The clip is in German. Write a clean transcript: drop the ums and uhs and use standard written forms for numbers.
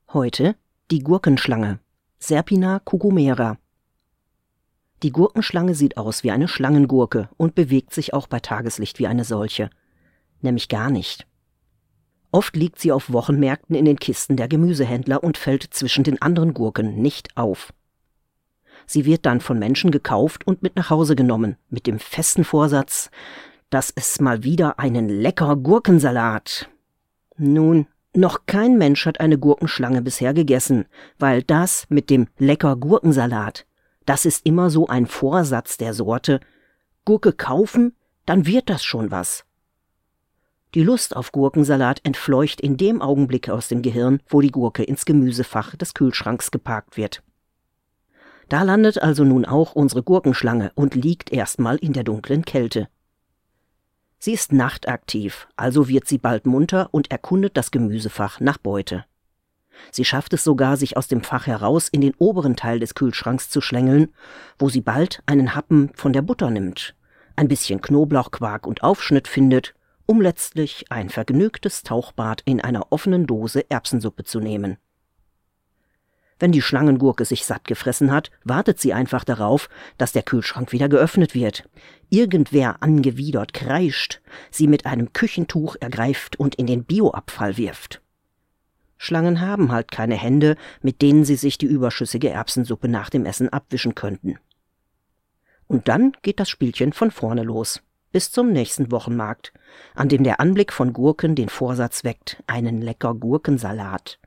Heute die Gurkenschlange, Serpina cucumera. Die Gurkenschlange sieht aus wie eine Schlangengurke und bewegt sich auch bei Tageslicht wie eine solche. Nämlich gar nicht. Oft liegt sie auf Wochenmärkten in den Kisten der Gemüsehändler und fällt zwischen den anderen Gurken nicht auf. Sie wird dann von Menschen gekauft und mit nach Hause genommen, mit dem festen Vorsatz, dass es mal wieder einen lecker Gurkensalat. Nun, noch kein Mensch hat eine Gurkenschlange bisher gegessen, weil das mit dem lecker Gurkensalat, das ist immer so ein Vorsatz der Sorte, Gurke kaufen, dann wird das schon was. Die Lust auf Gurkensalat entfleucht in dem Augenblick aus dem Gehirn, wo die Gurke ins Gemüsefach des Kühlschranks geparkt wird. Da landet also nun auch unsere Gurkenschlange und liegt erstmal in der dunklen Kälte. Sie ist nachtaktiv, also wird sie bald munter und erkundet das Gemüsefach nach Beute. Sie schafft es sogar, sich aus dem Fach heraus in den oberen Teil des Kühlschranks zu schlängeln, wo sie bald einen Happen von der Butter nimmt, ein bisschen Knoblauchquark und Aufschnitt findet, um letztlich ein vergnügtes Tauchbad in einer offenen Dose Erbsensuppe zu nehmen. Wenn die Schlangengurke sich satt gefressen hat, wartet sie einfach darauf, dass der Kühlschrank wieder geöffnet wird. Irgendwer angewidert kreischt, sie mit einem Küchentuch ergreift und in den Bioabfall wirft. Schlangen haben halt keine Hände, mit denen sie sich die überschüssige Erbsensuppe nach dem Essen abwischen könnten. Und dann geht das Spielchen von vorne los, bis zum nächsten Wochenmarkt, an dem der Anblick von Gurken den Vorsatz weckt, einen lecker Gurkensalat.